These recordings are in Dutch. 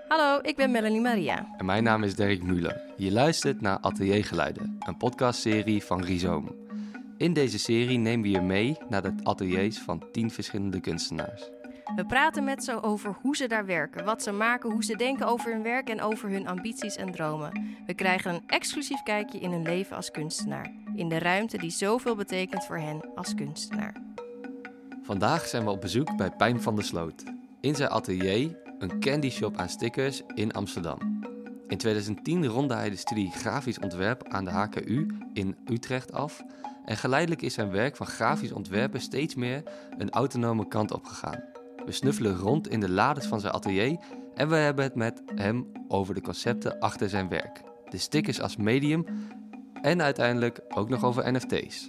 Hallo, ik ben Melanie Maria. En mijn naam is Dirk Müller. Je luistert naar Ateliergeluiden, een podcastserie van Rhizoom. In deze serie nemen we je mee naar de ateliers van 10 verschillende kunstenaars. We praten met ze over hoe ze daar werken, wat ze maken, hoe ze denken over hun werk en over hun ambities en dromen. We krijgen een exclusief kijkje in hun leven als kunstenaar. In de ruimte die zoveel betekent voor hen als kunstenaar. Vandaag zijn we op bezoek bij Pijn van der Sloot. In zijn atelier, een candy shop aan stickers in Amsterdam. In 2010 ronde hij de studie Grafisch Ontwerp aan de HKU in Utrecht af. En geleidelijk is zijn werk van grafisch ontwerpen steeds meer een autonome kant opgegaan. We snuffelen rond in de lades van zijn atelier en we hebben het met hem over de concepten achter zijn werk. De stickers als medium en uiteindelijk ook nog over NFT's.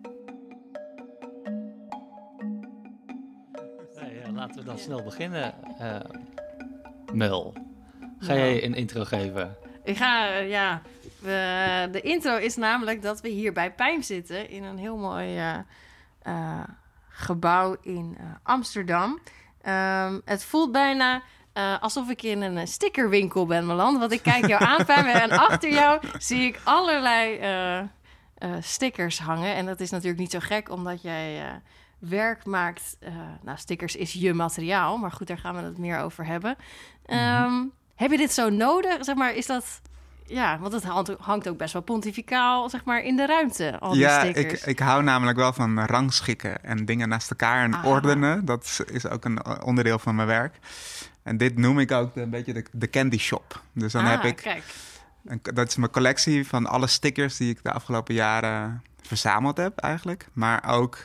Laten we dan snel beginnen. Mel, ga jij een intro geven? Ik ga, de intro is namelijk dat we hier bij Pijn zitten in een heel mooi gebouw in Amsterdam. Het voelt bijna alsof ik in een stickerwinkel ben beland. Want ik kijk jou aan, Pijn, en achter jou zie ik allerlei stickers hangen. En dat is natuurlijk niet zo gek, omdat jij werk maakt. Stickers is je materiaal, maar goed, daar gaan we het meer over hebben. Heb je dit zo nodig? Zeg maar, is dat... Ja, want het hangt ook best wel pontificaal, zeg maar, in de ruimte, al die stickers. Ik hou namelijk wel van rangschikken en dingen naast elkaar en ordenen. Dat is ook een onderdeel van mijn werk. En dit noem ik ook een beetje de candy shop. Dus dan heb ik... Kijk. Dat is mijn collectie van alle stickers die ik de afgelopen jaren verzameld heb eigenlijk. Maar ook...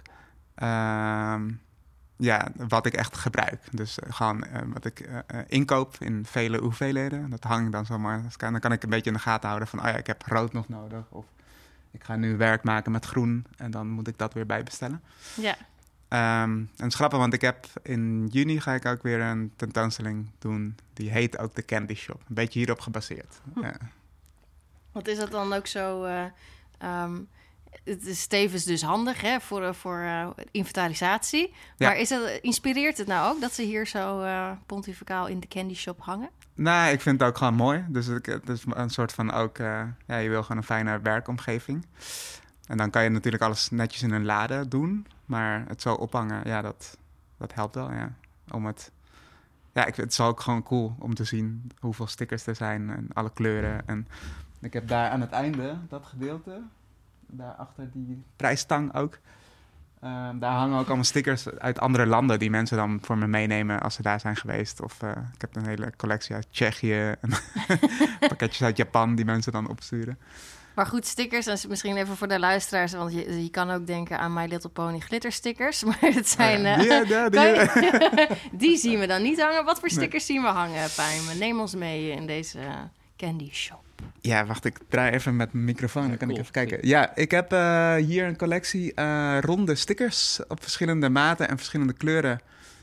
wat ik echt gebruik. Dus gewoon wat ik inkoop in vele hoeveelheden. Dat hang ik dan zomaar. Dan kan ik een beetje in de gaten houden van... ik heb rood nog nodig. Of ik ga nu werk maken met groen. En dan moet ik dat weer bijbestellen. Ja. En het is grappig, want ik heb in juni ga ik ook weer een tentoonstelling doen. Die heet ook de Candy Shop. Een beetje hierop gebaseerd. Ja. Wat is dat dan ook zo... het is tevens dus handig hè, voor inventarisatie. Ja. Maar inspireert het nou ook dat ze hier zo pontificaal in de candy shop hangen? Nou, ik vind het ook gewoon mooi. Dus het is een soort van ook... je wil gewoon een fijne werkomgeving. En dan kan je natuurlijk alles netjes in een lade doen. Maar het zo ophangen, dat helpt wel, ja. Het is ook gewoon cool om te zien hoeveel stickers er zijn en alle kleuren. En ik heb daar aan het einde, dat gedeelte... Daarachter die prijsstang ook. Daar hangen ook allemaal stickers uit andere landen... die mensen dan voor me meenemen als ze daar zijn geweest. Of ik heb een hele collectie uit Tsjechië. En pakketjes uit Japan die mensen dan opsturen. Maar goed, stickers, en misschien even voor de luisteraars... want je kan ook denken aan My Little Pony glitterstickers. Maar het zijn... Die zien we dan niet hangen. Wat voor stickers zien we hangen, Pijn? Neem ons mee in deze candy shop. Ja, wacht, ik draai even met mijn microfoon, dan kan ik even kijken. Ja, ik heb hier een collectie ronde stickers op verschillende maten en verschillende kleuren.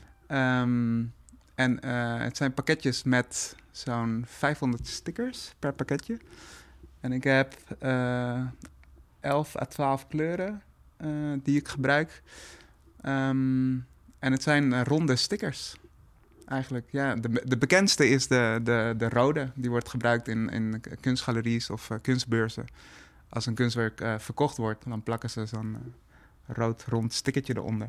Het zijn pakketjes met zo'n 500 stickers per pakketje. En ik heb 11 à 12 kleuren die ik gebruik. En het zijn ronde stickers. Eigenlijk, ja. De bekendste is de rode. Die wordt gebruikt in kunstgaleries of kunstbeurzen. Als een kunstwerk verkocht wordt, dan plakken ze zo'n rood rond stickertje eronder.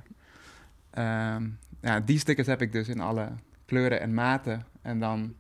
Die stickers heb ik dus in alle kleuren en maten. En dan,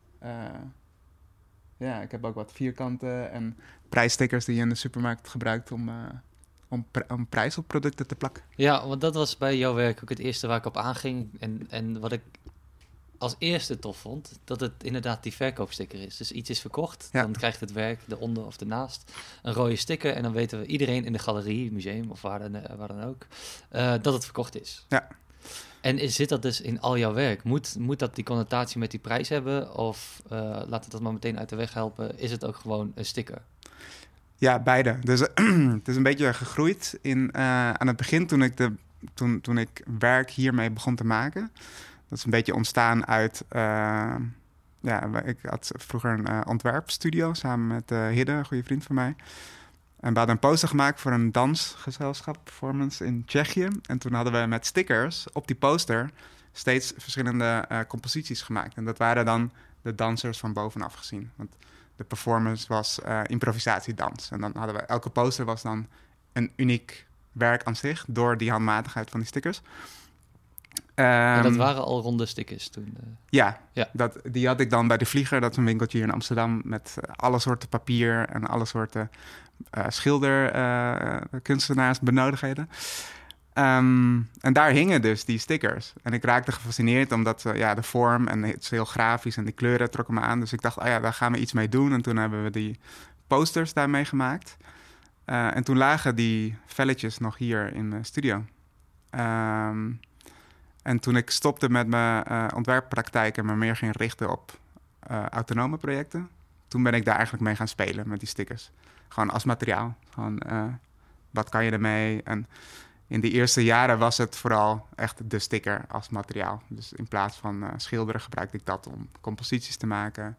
ik heb ook wat vierkanten en prijsstickers die je in de supermarkt gebruikt om prijs op producten te plakken. Ja, want dat was bij jouw werk ook het eerste waar ik op aanging. En wat ik als eerste tof vond, dat het inderdaad die verkoopsticker is. Dus iets is verkocht, dan krijgt het werk eronder of ernaast een rode sticker. En dan weten we iedereen in de galerie, museum of waar dan ook, dat het verkocht is. Ja. En zit dat dus in al jouw werk? Moet dat die connotatie met die prijs hebben? Of laat het dat maar meteen uit de weg helpen? Is het ook gewoon een sticker? Ja, beide. Dus het is een beetje gegroeid aan het begin toen ik werk hiermee begon te maken. Dat is een beetje ontstaan uit... ik had vroeger een ontwerpstudio samen met Hidde, een goede vriend van mij. En we hadden een poster gemaakt voor een dansgezelschap performance in Tsjechië. En toen hadden we met stickers op die poster steeds verschillende composities gemaakt. En dat waren dan de dansers van bovenaf gezien. Want de performance was improvisatiedans. En dan hadden we, elke poster was dan een uniek werk aan zich door die handmatigheid van die stickers. En dat waren al ronde stickers toen? Ja. Die had ik dan bij De Vlieger. Dat is een winkeltje hier in Amsterdam met alle soorten papier en alle soorten kunstenaars benodigdheden. En daar hingen dus die stickers. En ik raakte gefascineerd omdat de vorm en het is heel grafisch en die kleuren trokken me aan. Dus ik dacht, daar gaan we iets mee doen. En toen hebben we die posters daarmee gemaakt. En toen lagen die velletjes nog hier in de studio. En toen ik stopte met mijn ontwerppraktijk en me meer ging richten op autonome projecten, toen ben ik daar eigenlijk mee gaan spelen met die stickers. Gewoon als materiaal. Gewoon, wat kan je ermee? En in de eerste jaren was het vooral echt de sticker als materiaal. Dus in plaats van schilderen gebruikte ik dat om composities te maken.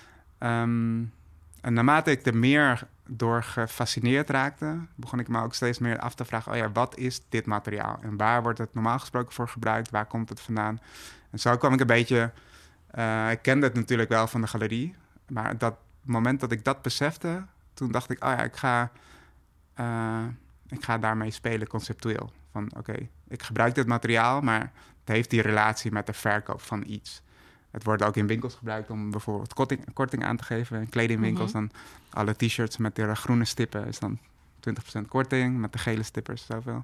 En naarmate ik er meer door gefascineerd raakte, begon ik me ook steeds meer af te vragen, wat is dit materiaal? En waar wordt het normaal gesproken voor gebruikt? Waar komt het vandaan? En zo kwam ik een beetje, ik kende het natuurlijk wel van de galerie, maar dat moment dat ik dat besefte, toen dacht ik, ik ga daarmee spelen conceptueel. Van ik gebruik dit materiaal, maar het heeft die relatie met de verkoop van iets. Het wordt ook in winkels gebruikt om bijvoorbeeld korting aan te geven. In kledingwinkels dan alle t-shirts met de groene stippen is dan 20% korting. Met de gele stippers zoveel.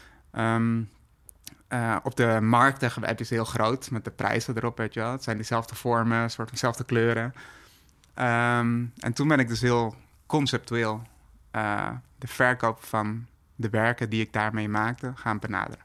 Op de markten heb je ze heel groot met de prijzen erop, weet je wel. Het zijn dezelfde vormen, soort van dezelfde kleuren. En toen ben ik dus heel conceptueel de verkoop van de werken die ik daarmee maakte gaan benaderen.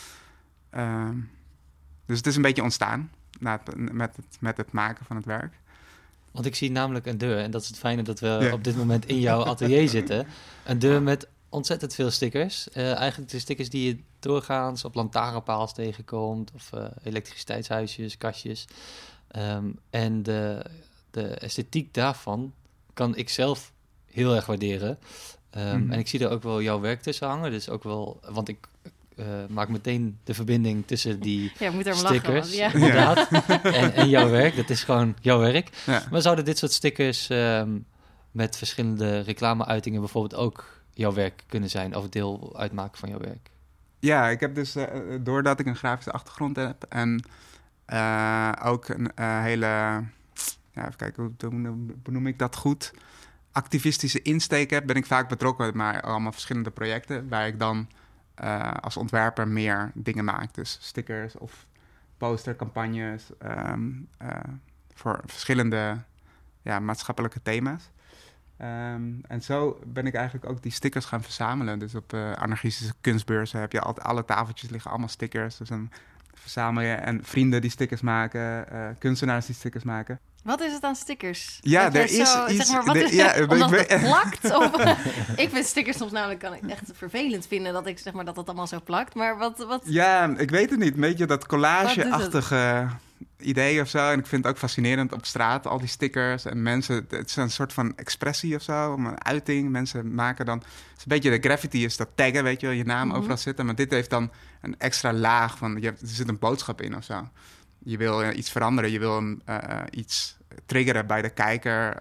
Dus het is een beetje ontstaan met het maken van het werk. Want ik zie namelijk een deur, en dat is het fijne dat we op dit moment in jouw atelier zitten. Een deur met ontzettend veel stickers. Eigenlijk de stickers die je doorgaans op lantaarnpaals tegenkomt, of elektriciteitshuisjes, kastjes. En de esthetiek daarvan kan ik zelf heel erg waarderen. En ik zie er ook wel jouw werk tussen hangen. Dus ook wel, want ik maak meteen de verbinding tussen die stickers, inderdaad, en jouw werk. Dat is gewoon jouw werk. Ja. Maar zouden dit soort stickers met verschillende reclameuitingen bijvoorbeeld ook jouw werk kunnen zijn of deel uitmaken van jouw werk? Ja, ik heb dus, doordat ik een grafische achtergrond heb en ook een hele, even kijken, hoe benoem ik dat goed, activistische insteek heb, ben ik vaak betrokken bij allemaal verschillende projecten waar ik dan als ontwerper meer dingen maak. Dus stickers of postercampagnes voor verschillende maatschappelijke thema's. En zo ben ik eigenlijk ook die stickers gaan verzamelen. Dus op anarchistische kunstbeurzen heb je altijd, alle tafeltjes liggen allemaal stickers. Dus dan verzamel je en vrienden die stickers maken, kunstenaars die stickers maken. Wat is het aan stickers? Ja, er is iets... Zeg maar, wat is het? Omdat het plakt? Of, ik vind stickers soms namelijk, kan ik echt vervelend vinden dat ik zeg maar dat het allemaal zo plakt. Maar wat... Ja, ik weet het niet. Een beetje dat collage-achtige idee of zo. En ik vind het ook fascinerend op straat, al die stickers en mensen. Het is een soort van expressie of zo, een uiting. Mensen maken dan... Het is een beetje de graffiti is dat taggen, weet je wel, je naam overal zitten. Maar dit heeft dan een extra laag van... Er zit een boodschap in of zo. Je wil iets veranderen, je wil iets triggeren bij de kijker.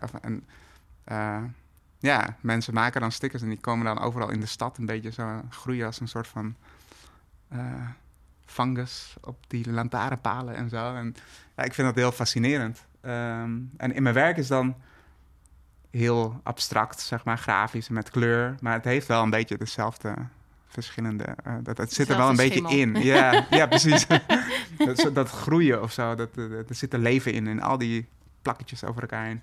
Mensen maken dan stickers en die komen dan overal in de stad een beetje zo groeien als een soort van fungus op die lantaarnpalen en zo. En ik vind dat heel fascinerend. En in mijn werk is dan heel abstract, zeg maar, grafisch en met kleur. Maar het heeft wel een beetje dezelfde verschillende... dat zit er wel een beetje in. Ja, precies. dat groeien of zo, er zit een leven in al die plakketjes over elkaar heen.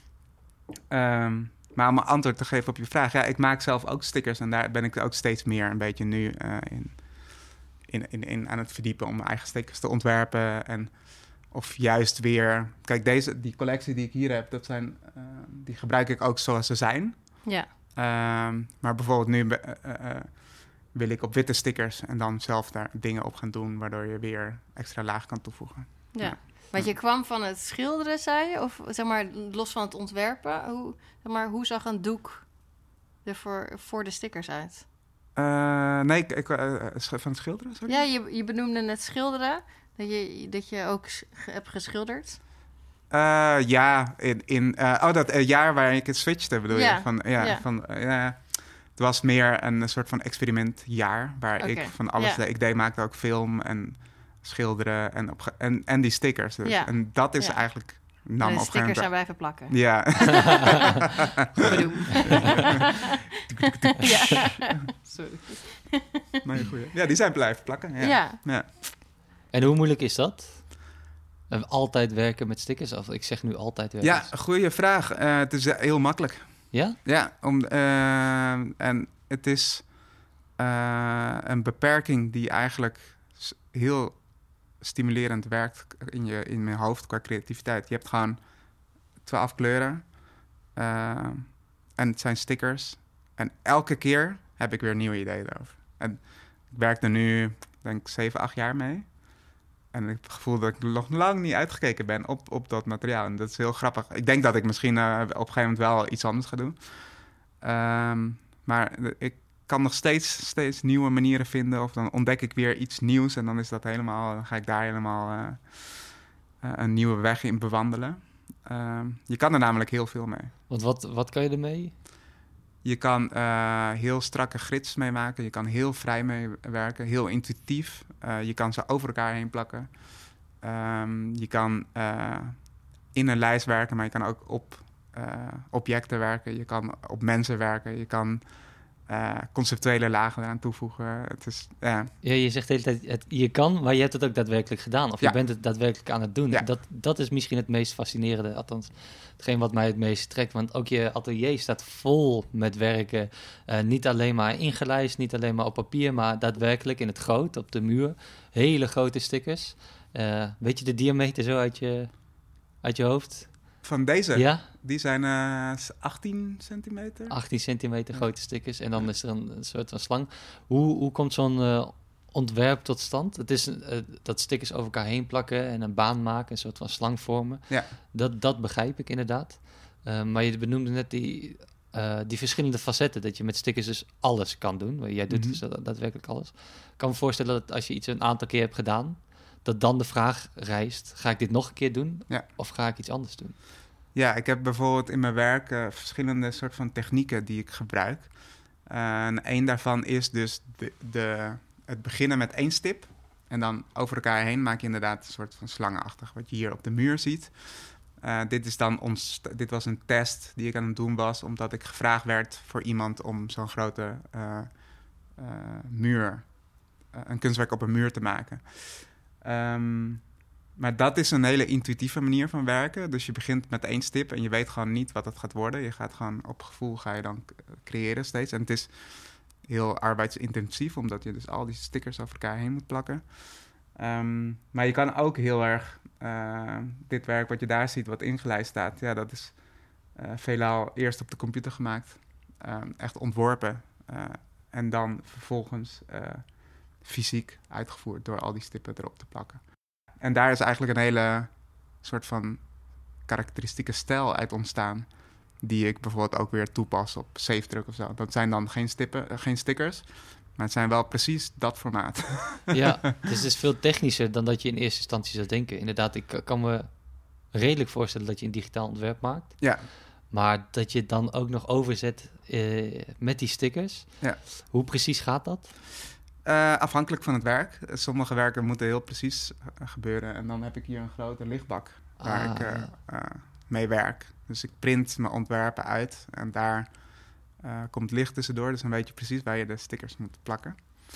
Maar om een antwoord te geven op je vraag... Ja, ik maak zelf ook stickers en daar ben ik ook steeds meer een beetje nu in aan het verdiepen... om mijn eigen stickers te ontwerpen of juist weer... Kijk, die collectie die ik hier heb, die gebruik ik ook zoals ze zijn. Ja. Maar bijvoorbeeld nu... wil ik op witte stickers en dan zelf daar dingen op gaan doen... waardoor je weer extra laag kan toevoegen. Ja, want je kwam van het schilderen, zei je? Of zeg maar, los van het ontwerpen. Hoe zag een doek er voor de stickers uit? Nee, van het schilderen, sorry? Ja, je benoemde het schilderen. Dat je ook hebt geschilderd? Ja, dat jaar waar ik het switchte, bedoel Ja. je? Het was meer een soort van experimentjaar waar ik van alles deed. Ik maakte ook film en schilderen en die stickers. Dus. Ja. En dat is eigenlijk... En de stickers zijn blijven plakken. Ja. Sorry. Nee, goeie. Ja, die zijn blijven plakken. Ja. En hoe moeilijk is dat? Altijd werken met stickers? Of ik zeg nu altijd werken. Ja, goede vraag. Het is heel makkelijk. Ja? Ja, en het is een beperking die eigenlijk heel stimulerend werkt in mijn hoofd qua creativiteit. Je hebt gewoon 12 kleuren en het zijn stickers. En elke keer heb ik weer nieuwe ideeën erover. En ik werk er nu, denk ik, 7, 8 jaar mee. En ik heb het gevoel dat ik nog lang niet uitgekeken ben op dat materiaal. En dat is heel grappig. Ik denk dat ik misschien op een gegeven moment wel iets anders ga doen. Maar ik kan nog steeds nieuwe manieren vinden. Of dan ontdek ik weer iets nieuws. En dan is dat dan ga ik daar helemaal een nieuwe weg in bewandelen. Je kan er namelijk heel veel mee. Want wat kan je ermee? Je kan heel strakke grids mee maken. Je kan heel vrij mee werken. Heel intuïtief. Je kan ze over elkaar heen plakken. Je kan in een lijst werken, maar je kan ook op objecten werken. Je kan op mensen werken. Je kan conceptuele lagen eraan toevoegen. Het is, Ja, je zegt de hele tijd, je kan, maar je hebt het ook daadwerkelijk gedaan. Of je bent het daadwerkelijk aan het doen. Ja. Dat is misschien het meest fascinerende. Althans, hetgeen wat mij het meest trekt. Want ook je atelier staat vol met werken. Niet alleen maar ingelijst, niet alleen maar op papier, maar daadwerkelijk in het groot, op de muur. Hele grote stickers. Weet je de diameter zo uit je hoofd? Van deze? Ja? Die zijn 18 centimeter. 18 centimeter grote stickers. En dan is er een soort van slang. Hoe komt zo'n ontwerp tot stand? Het is dat stickers over elkaar heen plakken en een baan maken, een soort van slang vormen. Ja. Dat begrijp ik inderdaad. Maar je benoemde net die verschillende facetten, dat je met stickers dus alles kan doen. Jij doet dus daadwerkelijk alles. Ik kan me voorstellen dat als je iets een aantal keer hebt gedaan, dat dan de vraag rijst, ga ik dit nog een keer doen? Ja. Of ga ik iets anders doen? Ja, ik heb bijvoorbeeld in mijn werk verschillende soort van technieken die ik gebruik. En één daarvan is dus het beginnen met 1 stip. En dan over elkaar heen maak je inderdaad een soort van slangenachtig, wat je hier op de muur ziet. Dit was een test die ik aan het doen was, omdat ik gevraagd werd voor iemand om zo'n grote muur, een kunstwerk op een muur te maken. Maar dat is een hele intuïtieve manier van werken. Dus je begint met 1 stip en je weet gewoon niet wat het gaat worden. Je gaat gewoon op gevoel dan creëren steeds. En het is heel arbeidsintensief, omdat je dus al die stickers over elkaar heen moet plakken. Maar je kan ook heel erg dit werk wat je daar ziet, wat ingelijst staat, ja, dat is veelal eerst op de computer gemaakt, echt ontworpen en dan vervolgens fysiek uitgevoerd door al die stippen erop te plakken. En daar is eigenlijk een hele soort van karakteristieke stijl uit ontstaan, die ik bijvoorbeeld ook weer toepas op Safedruk of zo. Dat zijn dan geen stickers, maar het zijn wel precies dat formaat. Ja, dus het is veel technischer dan dat je in eerste instantie zou denken. Inderdaad, ik kan me redelijk voorstellen dat je een digitaal ontwerp maakt. Ja. Maar dat je het dan ook nog overzet met die stickers. Ja. Hoe precies gaat dat? Afhankelijk van het werk. Sommige werken moeten heel precies gebeuren. En dan heb ik hier een grote lichtbak waar ik mee werk. Dus ik print mijn ontwerpen uit en daar komt licht tussendoor. Dus dan weet je precies waar je de stickers moet plakken.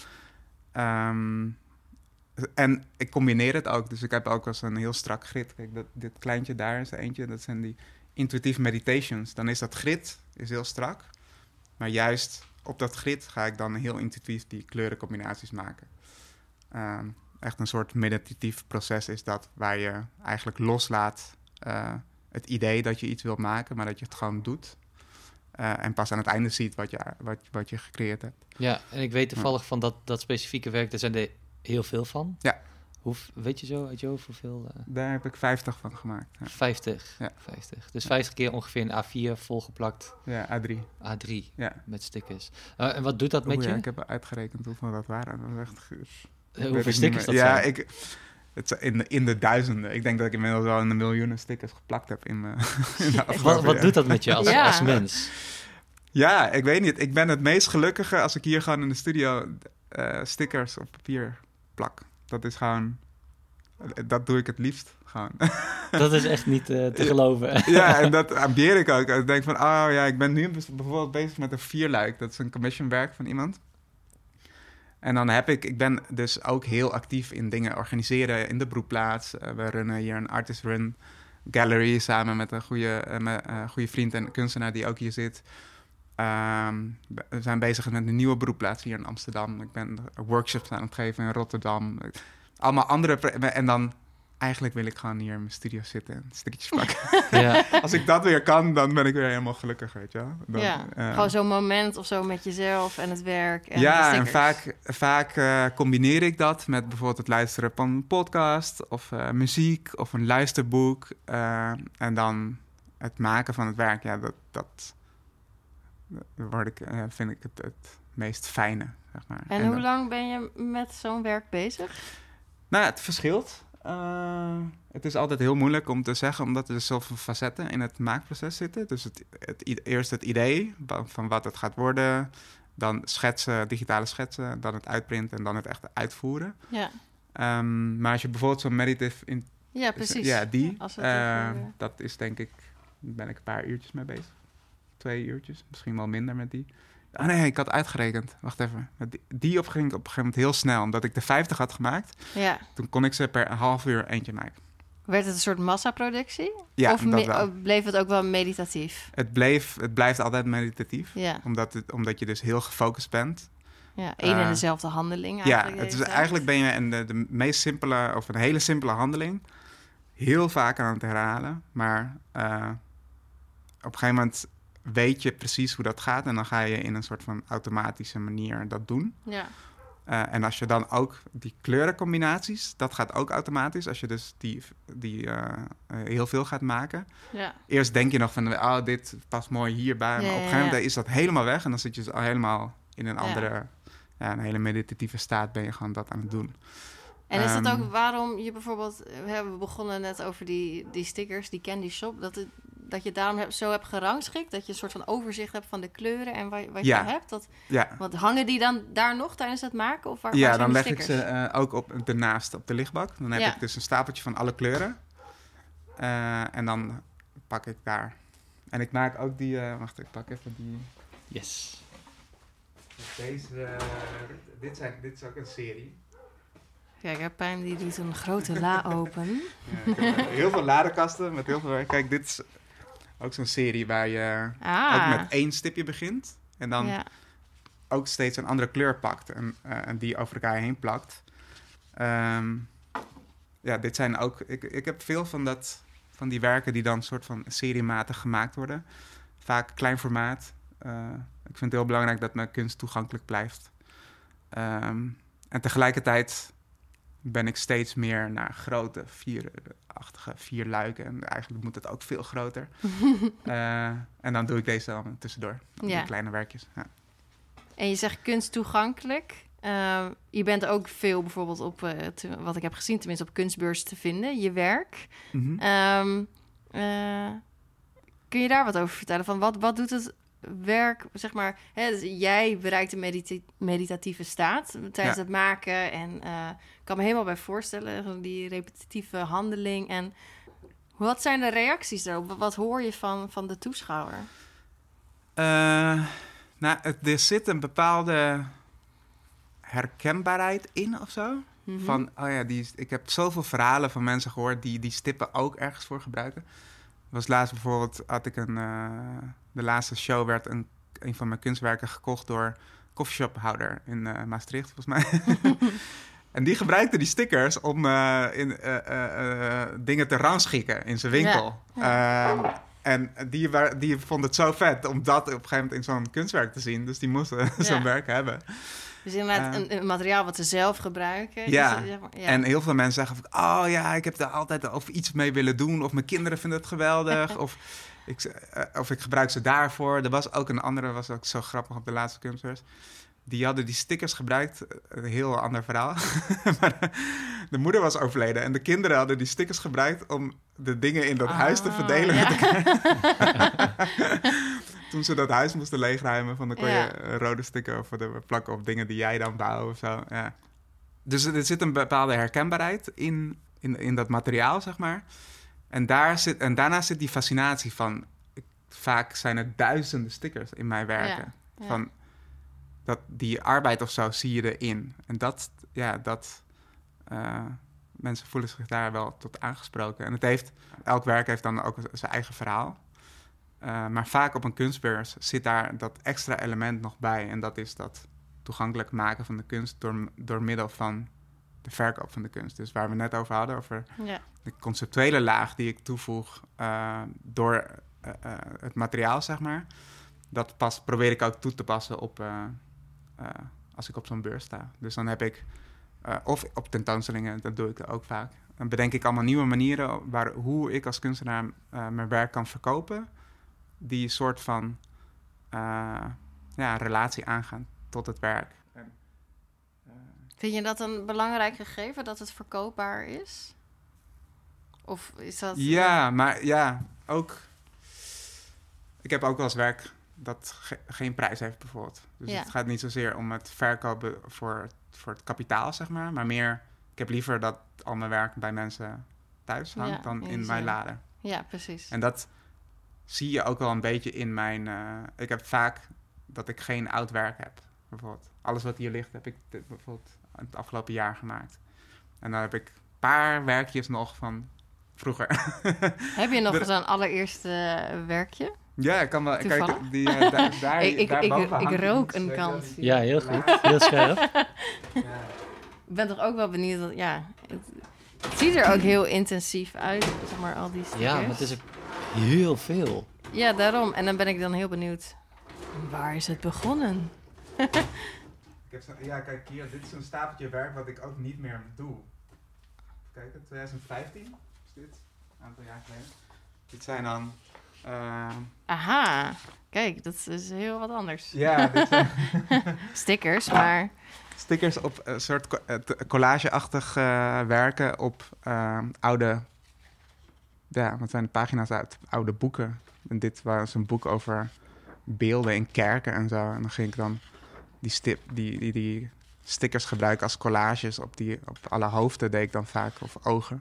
En ik combineer het ook. Dus ik heb ook wel eens een heel strak grid. Kijk, dit kleintje daar is er eentje. Dat zijn die intuïtieve meditations. Dan is dat grid is heel strak. Maar juist op dat grid ga ik dan heel intuïtief die kleurencombinaties maken. Echt een soort meditatief proces is dat, waar je eigenlijk loslaat het idee dat je iets wilt maken, maar dat je het gewoon doet. En pas aan het einde ziet wat je gecreëerd hebt. Ja, en ik weet toevallig van dat specifieke werk, daar zijn er heel veel van. Ja. Weet je zo uit je hoofd hoeveel? Daar heb ik 50 van gemaakt. Ja. 50? Ja. 50. Dus 50 keer ongeveer een A4 volgeplakt. Ja, A3. A3 ja. Met stickers. En wat doet dat met je? Ja, ik heb uitgerekend hoeveel dat waren. Dat was echt... Hoeveel stickers dat zijn? Het is in de duizenden. Ik denk dat ik inmiddels wel in de miljoenen stickers geplakt heb in de afgelopen Wat doet dat met je als mens? Ja, ik weet niet. Ik ben het meest gelukkige als ik hier gewoon in de studio stickers op papier plak. Dat is gewoon... Dat doe ik het liefst gewoon. Dat is echt niet te geloven. Ja, en dat ambieer ik ook. Ik denk van, ik ben nu bijvoorbeeld bezig met een 4-luik. Dat is een commissionwerk van iemand. En dan ik ben dus ook heel actief in dingen organiseren in de broedplaats. We runnen hier een artist run gallery samen met een goede vriend en kunstenaar die ook hier zit. We zijn bezig met een nieuwe broedplaats hier in Amsterdam. Ik ben workshops aan het geven in Rotterdam. Allemaal andere... En dan... Eigenlijk wil ik gewoon hier in mijn studio zitten en stickertjes plakken. Ja. Als ik dat weer kan, dan ben ik weer helemaal gelukkig, weet je wel. Gewoon zo'n moment of zo met jezelf en het werk en en vaak combineer ik dat met bijvoorbeeld het luisteren van een podcast of muziek of een luisterboek. En dan het maken van het werk, dat vind ik het meest fijne, zeg maar. En hoe lang ben je met zo'n werk bezig? Nou, het verschilt. Het is altijd heel moeilijk om te zeggen, omdat er zoveel facetten in het maakproces zitten. Dus eerst het idee van wat het gaat worden, dan digitale schetsen, dan het uitprinten en dan het echt uitvoeren. Ja. Maar als je bijvoorbeeld zo'n meditative... Ja, precies. Dat is denk ik, ben ik een paar uurtjes mee bezig. 2 uurtjes, misschien wel minder met die. Nee, ik had uitgerekend. Wacht even. Die ging op een gegeven moment heel snel. Omdat ik de 50 had gemaakt. Ja. Toen kon ik ze per een half uur eentje maken. Werd het een soort massaproductie? Ja, of bleef het ook wel meditatief? Het blijft altijd meditatief. Ja. Omdat je dus heel gefocust bent. Ja, één en dezelfde handeling eigenlijk. Ja, eigenlijk ben je de meest simpele... of een hele simpele handeling... heel vaak aan het herhalen. Maar op een gegeven moment... weet je precies hoe dat gaat... en dan ga je in een soort van automatische manier dat doen. Ja. En als je dan ook die kleurencombinaties... dat gaat ook automatisch... als je dus die heel veel gaat maken. Ja. Eerst denk je nog van... dit past mooi hierbij. Maar op een gegeven moment is dat helemaal weg... en dan zit je al helemaal in een andere... een hele meditatieve staat... ben je gewoon dat aan het doen. En is dat ook waarom je bijvoorbeeld... we begonnen net over die stickers, die candy shop... dat je daarom zo hebt gerangschikt... dat je een soort van overzicht hebt van de kleuren... en wat je hebt. Want hangen die dan daar nog tijdens het maken? Of waar dan leg ik ze ook ernaast op de lichtbak. Dan heb ik dus een stapeltje van alle kleuren. En dan pak ik daar. En ik maak ook die... wacht, ik pak even die... Yes. Dit is ook een serie. Kijk, Pijn die doet een grote la open. Heel veel ladenkasten met heel veel... Kijk, dit is ook zo'n serie waar je ook met 1 stipje begint. En dan ook steeds een andere kleur pakt. En die over elkaar heen plakt. Dit zijn ook... Ik heb veel van die werken die dan soort van seriematig gemaakt worden. Vaak klein formaat. Ik vind het heel belangrijk dat mijn kunst toegankelijk blijft. En tegelijkertijd... ben ik steeds meer naar grote, 4 luiken. En eigenlijk moet het ook veel groter. En dan doe ik deze dan tussendoor. Die kleine werkjes. Ja. En je zegt kunst toegankelijk. Je bent ook veel bijvoorbeeld op, wat ik heb gezien, tenminste op kunstbeurs te vinden, je werk. Mm-hmm. Kun je daar wat over vertellen? Van wat doet het werk, zeg maar... Dus jij bereikt een meditatieve staat tijdens het maken. En ik kan me helemaal bij voorstellen, die repetitieve handeling. En wat zijn de reacties daarop? Wat hoor je van de toeschouwer? Er zit een bepaalde herkenbaarheid in of zo. Mm-hmm. Van, ik heb zoveel verhalen van mensen gehoord die stippen ook ergens voor gebruiken. Was laatst bijvoorbeeld, had ik de laatste show werd een van mijn kunstwerken gekocht door een coffeeshophouder in Maastricht, volgens mij. En die gebruikte die stickers om dingen te rangschikken in zijn winkel. Ja. En die vond het zo vet om dat op een gegeven moment in zo'n kunstwerk te zien. Dus die moesten zo'n werk hebben. Dus inderdaad een materiaal wat ze zelf gebruiken. Ja. En heel veel mensen zeggen van... ik heb er altijd of iets mee willen doen. Of mijn kinderen vinden het geweldig. of ik gebruik ze daarvoor. Er was ook een andere, was ook zo grappig op de laatste kunstwerk. die hadden die stickers gebruikt. Een heel ander verhaal. Maar de moeder was overleden en de kinderen hadden die stickers gebruikt om de dingen in dat huis te verdelen met elkaar. Toen ze dat huis moesten leegruimen, dan kon je een rode sticker of plakken op dingen die jij dan bouwt of zo. Ja. Dus er zit een bepaalde herkenbaarheid in dat materiaal, zeg maar. En daarna zit die fascinatie van... Vaak zijn er duizenden stickers in mijn werken. Ja. Van die arbeid of zo zie je erin. En mensen voelen zich daar wel tot aangesproken. En elk werk heeft dan ook zijn eigen verhaal. Maar vaak op een kunstbeurs zit daar dat extra element nog bij. En dat is dat toegankelijk maken van de kunst door middel van de verkoop van de kunst. Dus waar we net over hadden, over de conceptuele laag die ik toevoeg door het materiaal, zeg maar. Dat probeer ik ook toe te passen op als ik op zo'n beurs sta. Dus dan heb ik, of op tentoonstellingen, dat doe ik ook vaak. Dan bedenk ik allemaal nieuwe manieren hoe ik als kunstenaar mijn werk kan verkopen. Die soort van relatie aangaan tot het werk. Vind je dat een belangrijk gegeven, dat het verkoopbaar is? Of is dat... Ja, maar ook... Ik heb ook wel eens werk dat geen prijs heeft, bijvoorbeeld. Dus het gaat niet zozeer om het verkopen voor het kapitaal, zeg maar meer... Ik heb liever dat al mijn werk bij mensen thuis hangt dan in mijn lade. Ja, precies. En dat zie je ook wel een beetje in mijn... ik heb vaak dat ik geen oud werk heb, bijvoorbeeld. Alles wat hier ligt heb ik bijvoorbeeld het afgelopen jaar gemaakt. En dan heb ik een paar werkjes nog van vroeger. Heb je nog zo'n allereerste werkje? Ja, ik kan wel. Toevallig? Kijk, ik rook een kans. Ja, heel goed. Heel scherp. Ik ben toch ook wel benieuwd. Het ziet er ook heel intensief uit, zeg maar, al die stickers. Ja, maar het is ook heel veel. Ja, daarom. En dan ben ik dan heel benieuwd. Waar is het begonnen? Kijk hier. Dit is een stapeltje werk wat ik ook niet meer doe. Kijk, 2015 is dit. Een aantal jaar geleden. Dit zijn dan... Aha. Kijk, dat is heel wat anders. Ja, dit zijn... Stickers, maar... Stickers op een soort collage-achtig werken op oude... Ja, wat zijn de pagina's uit? Oude boeken. En dit was een boek over beelden in kerken en zo. En dan ging ik dan die stickers gebruiken als collages op alle hoofden, deed ik dan vaak, of ogen.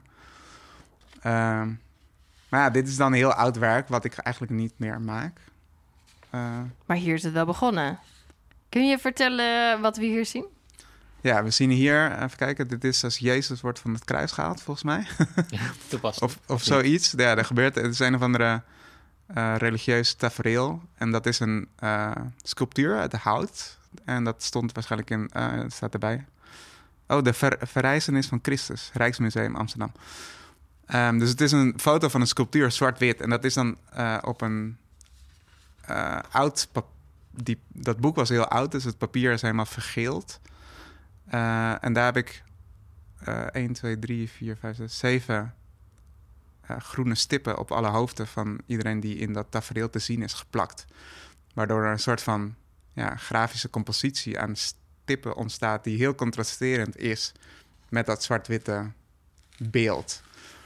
Maar dit is dan heel oud werk, wat ik eigenlijk niet meer maak. Maar hier is het wel begonnen. Kun je vertellen wat we hier zien? Ja, we zien hier, even kijken, dit is als Jezus wordt van het kruis gehaald, volgens mij. Ja, toepasselijk. of zoiets. Ja, er gebeurt, het is een of andere religieus tafereel. En dat is een sculptuur uit hout. En dat stond waarschijnlijk het staat erbij. Oh, de verrijzenis van Christus, Rijksmuseum Amsterdam. Dus het is een foto van een sculptuur, zwart-wit. En dat is dan op een oud... Dat boek was heel oud, dus het papier is helemaal vergeeld. En daar heb ik 1, 2, 3, 4, 5, 6, 7 groene stippen op alle hoofden van iedereen die in dat tafereel te zien is geplakt. Waardoor er een soort van grafische compositie aan stippen ontstaat die heel contrasterend is met dat zwart-witte beeld.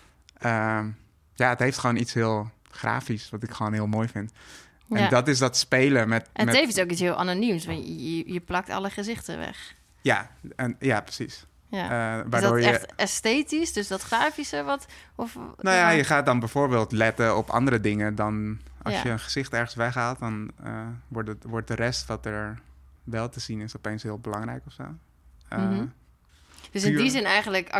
Het heeft gewoon iets heel grafisch, wat ik gewoon heel mooi vind. En dat is dat spelen met... En het heeft ook iets heel anoniems, want je plakt alle gezichten weg. Ja, precies. Ja. Is dat echt esthetisch, dus dat grafische? Je gaat dan bijvoorbeeld letten op andere dingen dan... Als je een gezicht ergens weghaalt, dan wordt de rest wat er wel te zien is opeens heel belangrijk of zo. Dus in die zin eigenlijk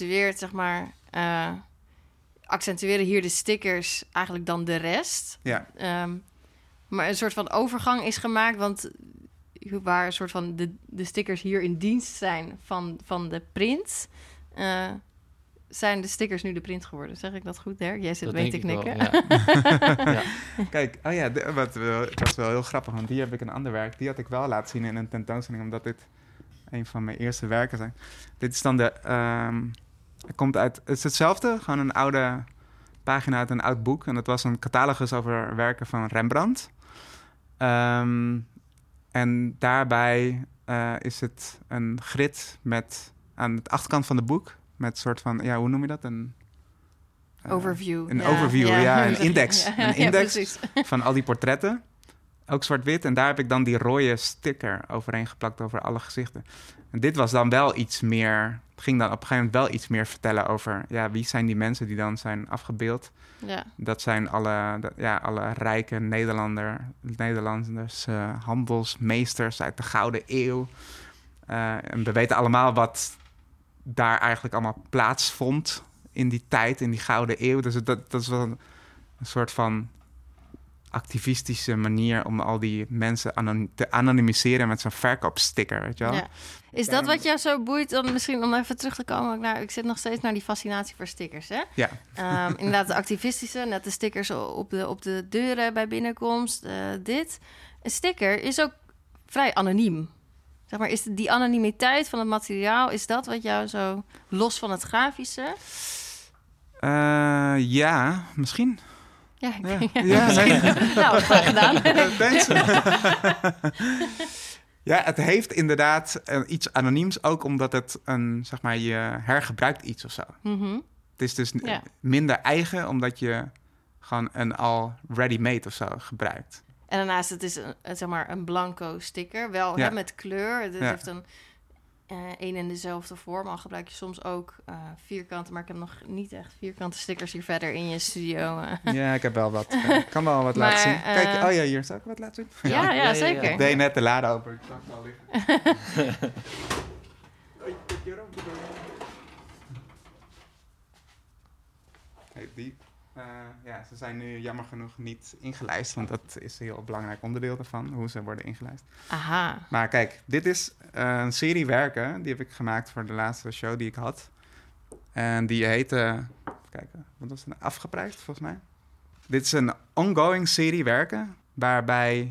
accentueren hier de stickers eigenlijk dan de rest. Ja. Maar een soort van overgang is gemaakt, want waar een soort van de stickers hier in dienst zijn van de print, zijn de stickers nu de print geworden. Zeg ik dat goed, Dirk? Jij zit mee te knikken. Wel, ja. Kijk, dat is wel heel grappig, want hier heb ik een ander werk. Die had ik wel laten zien in een tentoonstelling, omdat dit een van mijn eerste werken zijn. Dit is dan het is hetzelfde, gewoon een oude pagina uit een oud boek. En dat was een catalogus over werken van Rembrandt. En daarbij is het een grid met aan de achterkant van het boek... met een soort van, hoe noem je dat? Overview. Een overview, een index. Ja, een index precies. van al die portretten. Ook zwart-wit. En daar heb ik dan die rode sticker overheen geplakt over alle gezichten. En dit was dan wel iets meer... Het ging dan op een gegeven moment wel iets meer vertellen over... wie zijn die mensen die dan zijn afgebeeld. Ja. Dat zijn alle rijke Nederlanders, handelsmeesters uit de Gouden Eeuw. En we weten allemaal wat daar eigenlijk allemaal plaatsvond in die tijd, in die Gouden Eeuw. Dus dat is wel een soort van activistische manier om al die mensen te anonimiseren met zo'n verkoopsticker, weet je wel? Ja. Is dat wat jou zo boeit? Dan misschien om even terug te komen. Ik zit nog steeds naar die fascinatie voor stickers, hè? Ja. Inderdaad, de activistische, net de stickers op de deuren bij binnenkomst. Dit. Een sticker is ook vrij anoniem. Zeg maar, is die anonimiteit van het materiaal, is dat wat jou zo los van het grafische? Ja, misschien. Ja, Ja, nee. Nou, graag gedaan. Thanks. Ja, het heeft inderdaad iets anoniems, ook omdat het je hergebruikt iets of zo. Mhm. Het is dus minder eigen, omdat je gewoon een al ready-made of zo gebruikt. En daarnaast, het is een blanco sticker, wel hè, met kleur. Het heeft een en dezelfde vorm. Al gebruik je soms ook vierkante, maar ik heb nog niet echt vierkante stickers hier verder in je studio. Ja, ik heb wel wat. Ik kan wel wat laten zien. Kijk, hier zou ik wat laten zien. Ja, zeker. Ik deed net de lade open. Ik zag het al liggen. Die. Ze zijn nu jammer genoeg niet ingelijst, want dat is een heel belangrijk onderdeel daarvan, hoe ze worden ingelijst. Aha. Maar kijk, dit is een serie werken, die heb ik gemaakt voor de laatste show die ik had. En die heette, kijken, wat was het? Afgeprijsd, volgens mij. Dit is een ongoing serie werken, waarbij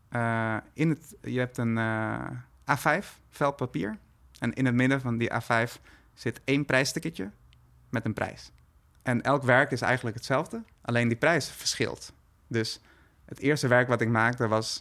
je hebt een A5 vel papier. En in het midden van die A5 zit 1 prijssticketje met een prijs. En elk werk is eigenlijk hetzelfde, alleen die prijs verschilt. Dus het eerste werk wat ik maakte was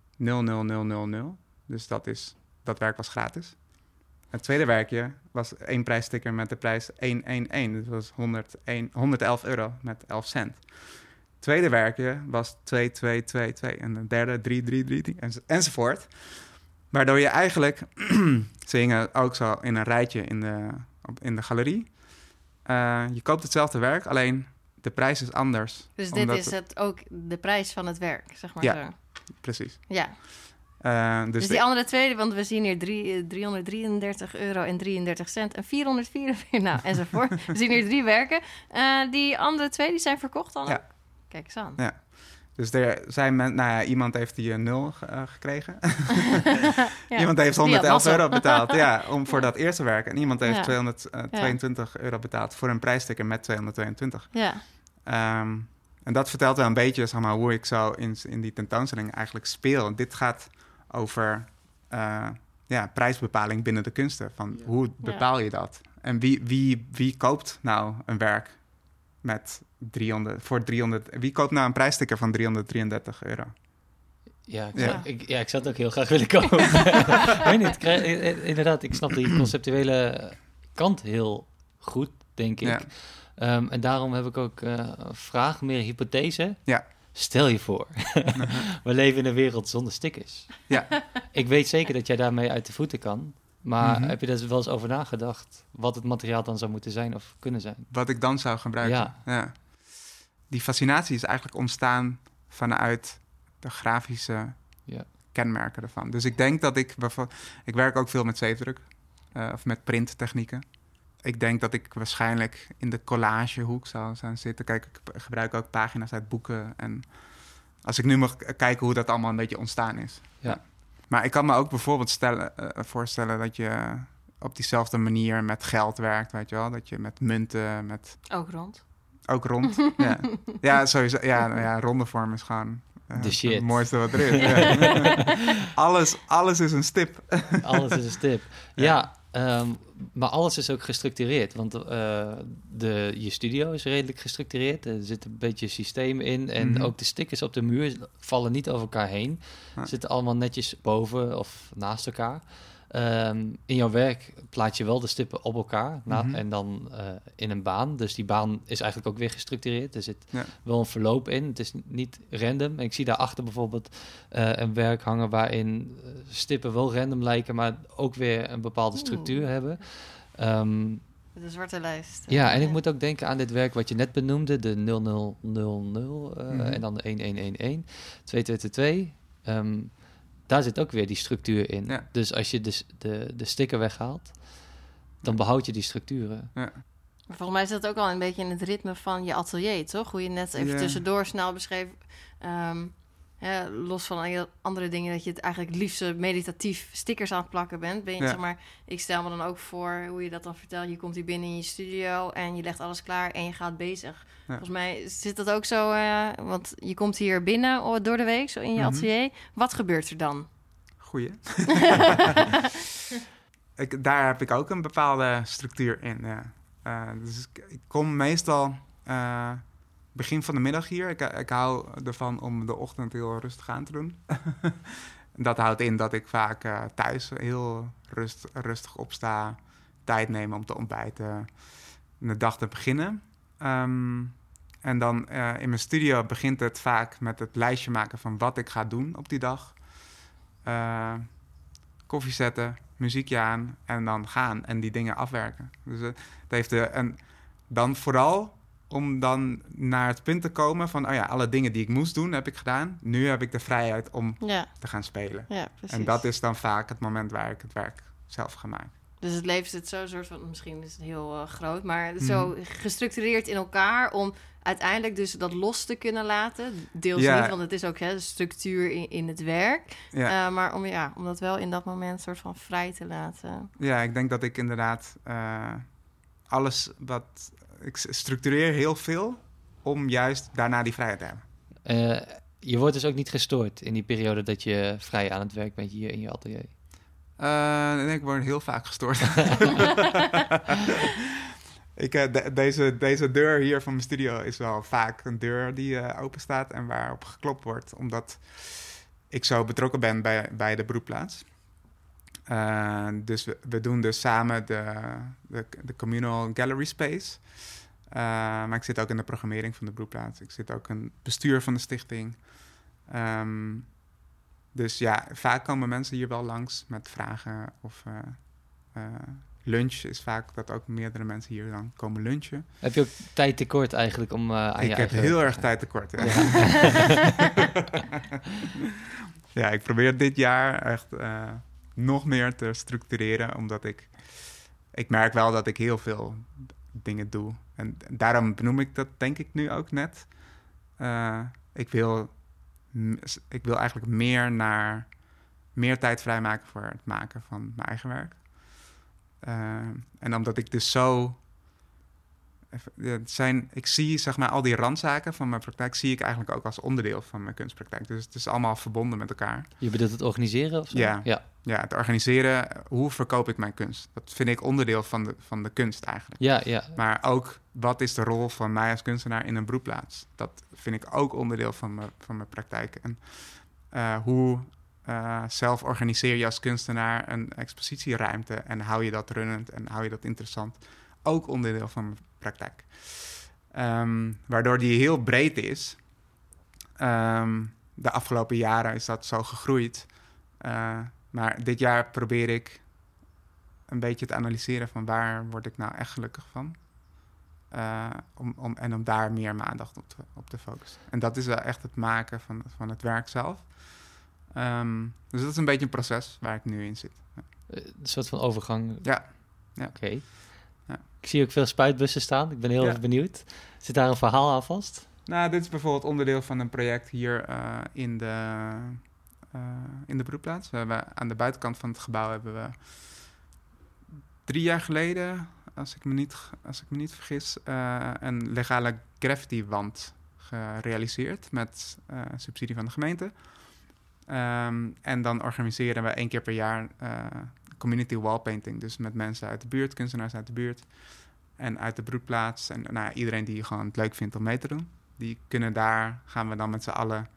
00000. Dus dat werk was gratis. Het tweede werkje was 1 prijssticker met de prijs 111. Dus dat was 111 euro met 11 cent. Het tweede werkje was 2222. En de derde 3333 enzovoort. Waardoor je eigenlijk... ze hingen ook zo in een rijtje in de galerie. Je koopt hetzelfde werk, alleen de prijs is anders. Dus dit is ook de prijs van het werk, zeg maar zo. Precies. Ja. Dus die andere tweede, want we zien hier 333 euro en 33 cent en 444, nou, enzovoort. We zien hier 3 werken. Die andere 2, die zijn verkocht dan? Ja. Kijk eens aan. Ja. Dus er zijn iemand heeft die 0 gekregen. Iemand heeft 111 euro betaald voor dat eerste werk. En iemand heeft 222 euro betaald voor een prijssticker met 222. Ja. En dat vertelt wel een beetje hoe ik zo in die tentoonstelling eigenlijk speel. Dit gaat over prijsbepaling binnen de kunsten. Van hoe bepaal je dat? En wie koopt nou een werk met 300... Wie koopt nou een prijssticker van 333 euro? Ja, ik zou het ook heel graag willen kopen. Weet niet, inderdaad, ik snap die conceptuele kant heel goed, denk ik. Ja. En daarom heb ik ook een vraag, meer hypothese. Ja. Stel je voor, we leven in een wereld zonder stickers. Ja. Ik weet zeker dat jij daarmee uit de voeten kan. Maar heb je daar wel eens over nagedacht wat het materiaal dan zou moeten zijn of kunnen zijn? Wat ik dan zou gebruiken? Ja. Die fascinatie is eigenlijk ontstaan vanuit de grafische kenmerken ervan. Dus ik denk dat ik werk ook veel met zeefdruk of met printtechnieken. Ik denk dat ik waarschijnlijk in de collagehoek zou zitten. Kijk, ik gebruik ook pagina's uit boeken. En als ik nu mag kijken hoe dat allemaal een beetje ontstaan is. Ja. Maar ik kan me ook bijvoorbeeld voorstellen dat je op diezelfde manier met geld werkt, weet je wel? Dat je met munten, met... Ook rond, ja. Ja, sowieso. Ja, ronde vorm is gewoon de shit. Het mooiste wat er is. Ja. Alles is een stip. Alles is een stip. Ja, Maar alles is ook gestructureerd, want je studio is redelijk gestructureerd. Er zit een beetje systeem in en ook de stickers op de muur vallen niet over elkaar heen. Zitten allemaal netjes boven of naast elkaar. In jouw werk plaats je wel de stippen op elkaar en dan in een baan. Dus die baan is eigenlijk ook weer gestructureerd. Er zit wel een verloop in. Het is niet random. En ik zie daarachter bijvoorbeeld een werk hangen waarin stippen wel random lijken, maar ook weer een bepaalde structuur hebben. De zwarte lijst. Ja, en ik moet ook denken aan dit werk wat je net benoemde, de 0000 en dan de 1111, 2222. Daar zit ook weer die structuur in. Ja. Dus als je de sticker weghaalt, dan behoud je die structuren. Ja. Volgens mij zit het ook al een beetje in het ritme van je atelier, toch? Hoe je net even tussendoor snel beschreef. Los van andere dingen, dat je het eigenlijk het liefste meditatief stickers aan het plakken bent. Ben je, zeg maar, ik stel me dan ook voor hoe je dat dan vertelt. Je komt hier binnen in je studio en je legt alles klaar en je gaat bezig. Ja. Volgens mij zit dat ook zo, want je komt hier binnen door de week, zo in je atelier. Wat gebeurt er dan? Goeie. Daar heb ik ook een bepaalde structuur in. Dus ik kom meestal begin van de middag hier. Ik hou ervan om de ochtend heel rustig aan te doen. Dat houdt in dat ik vaak thuis heel rustig opsta, tijd neem om te ontbijten, de dag te beginnen. En dan in mijn studio begint het vaak met het lijstje maken van wat ik ga doen op die dag. Koffie zetten, muziekje aan en dan gaan en die dingen afwerken. Dus het heeft dan vooral om dan naar het punt te komen van, alle dingen die ik moest doen, heb ik gedaan. Nu heb ik de vrijheid om te gaan spelen. Ja, en dat is dan vaak het moment waar ik het werk zelf ga maken. Dus het leven zit zo soort van, misschien is het heel groot, maar zo gestructureerd in elkaar om uiteindelijk dus dat los te kunnen laten. Deels niet, want het is ook de structuur in het werk. Ja. Maar om dat wel in dat moment soort van vrij te laten. Ja, ik denk dat ik inderdaad alles wat... Ik structureer heel veel om juist daarna die vrijheid te hebben. Je wordt dus ook niet gestoord in die periode dat je vrij aan het werk bent hier in je atelier? Nee, ik word heel vaak gestoord. Deze deur hier van mijn studio is wel vaak een deur die open staat en waarop geklopt wordt, omdat ik zo betrokken ben bij de beroepplaats. Dus we doen dus samen de communal gallery space. Maar ik zit ook in de programmering van de beroepplaats. Ik zit ook in het bestuur van de stichting. Dus ja, vaak komen mensen hier wel langs met vragen of lunch is vaak dat ook meerdere mensen hier dan komen lunchen. Heb je ook tijd tekort eigenlijk om aan je eigen... Ik heb heel erg tijd tekort, ja. Ja, ik probeer dit jaar echt nog meer te structureren, omdat ik merk wel dat ik heel veel dingen doe. En daarom benoem ik dat, denk ik, nu ook net. Ik wil eigenlijk meer tijd vrijmaken voor het maken van mijn eigen werk. En omdat ik dus zo... ik zie, zeg maar, al die randzaken van mijn praktijk zie ik eigenlijk ook als onderdeel van mijn kunstpraktijk. Dus het is allemaal verbonden met elkaar. Je bedoelt het organiseren of zo? Ja, het organiseren. Hoe verkoop ik mijn kunst? Dat vind ik onderdeel van de kunst eigenlijk. Ja. Maar ook, wat is de rol van mij als kunstenaar in een beroepplaats? Dat vind ik ook onderdeel van mijn praktijk. En hoe zelf organiseer je als kunstenaar een expositieruimte en hou je dat runnend en hou je dat interessant? Ook onderdeel van mijn praktijk. Waardoor die heel breed is. De afgelopen jaren is dat zo gegroeid. Maar dit jaar probeer ik een beetje te analyseren van waar word ik nou echt gelukkig van. Om daar meer mijn aandacht op te focussen. En dat is wel echt het maken van het werk zelf. Dus dat is een beetje een proces waar ik nu in zit. Ja. Een soort van overgang? Ja. Oké. Ja. Ik zie ook veel spuitbussen staan. Ik ben heel erg benieuwd. Zit daar een verhaal aan vast? Nou, dit is bijvoorbeeld onderdeel van een project hier in de beroepplaats. We hebben aan de buitenkant van het gebouw hebben we 3 jaar geleden, als ik me niet vergis, een legale graffiti-wand gerealiseerd met subsidie van de gemeente. En dan organiseren we 1 keer per jaar community wallpainting. Dus met mensen uit de buurt, kunstenaars uit de buurt en uit de broedplaats. En iedereen die gewoon het leuk vindt om mee te doen. Die kunnen gaan we dan met z'n allen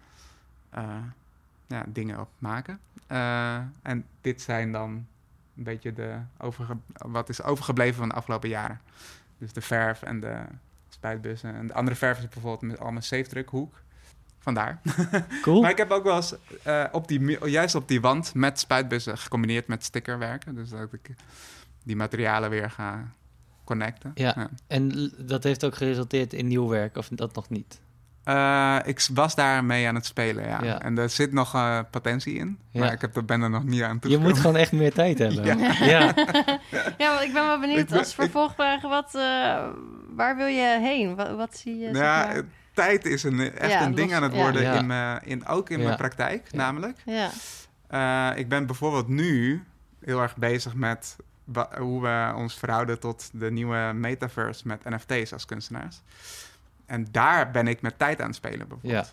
dingen op maken. En dit zijn dan een beetje wat is overgebleven van de afgelopen jaren. Dus de verf en de spuitbussen. En de andere verf is bijvoorbeeld met allemaal safe-druk hoek. Vandaar. Cool. Maar ik heb ook wel eens juist op die wand met spuitbussen gecombineerd met stickerwerken. Dus dat ik die materialen weer ga connecten. Ja. En dat heeft ook geresulteerd in nieuw werk, of dat nog niet? Ik was daar mee aan het spelen, ja. En er zit nog potentie in, maar ik ben er nog niet aan toe. Je moet gewoon echt meer tijd hebben. Ja, want ik ben wel benieuwd als vervolgvraag, waar wil je heen? Wat zie je? Tijd is echt een ding aan het worden, ook in mijn praktijk, namelijk. Ja. Ik ben bijvoorbeeld nu heel erg bezig met hoe we ons verhouden tot de nieuwe metaverse met NFT's als kunstenaars. En daar ben ik met tijd aan het spelen, bijvoorbeeld.